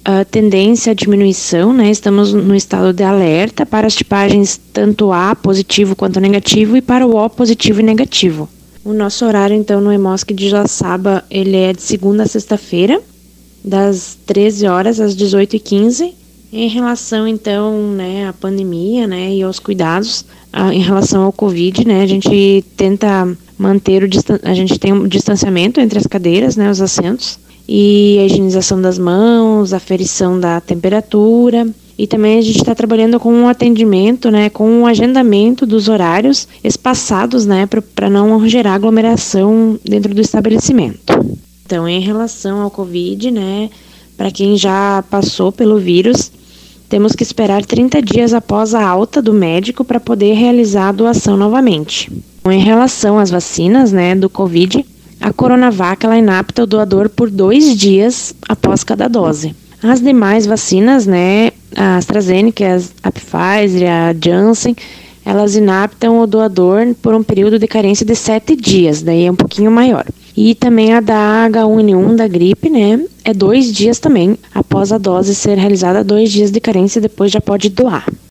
a tendência à diminuição, né? Estamos no estado de alerta para as tipagens tanto A positivo quanto negativo e para o O positivo e negativo. O nosso horário, então, no EMOSC de Joaçaba, ele é de segunda a sexta-feira, das 13 horas às 18h15. Em relação, então, né, à pandemia, né, e aos cuidados em relação ao Covid, né, a gente tenta manter a gente tem um distanciamento entre as cadeiras, né, os assentos, e a higienização das mãos, aferição da temperatura, e também a gente está trabalhando com um atendimento, né, com um agendamento dos horários espaçados, né, para não gerar aglomeração dentro do estabelecimento. Então, em relação ao Covid, né, para quem já passou pelo vírus, temos que esperar 30 dias após a alta do médico para poder realizar a doação novamente. Em relação às vacinas, né, do Covid, a Coronavac ela inapta o doador por 2 dias após cada dose. As demais vacinas, né, a AstraZeneca, a Pfizer, a Janssen, elas inaptam o doador por um período de carência de 7 dias, daí é um pouquinho maior. E também a da H1N1 da gripe, né, é 2 dias também, após a dose ser realizada, 2 dias de carência, depois já pode doar.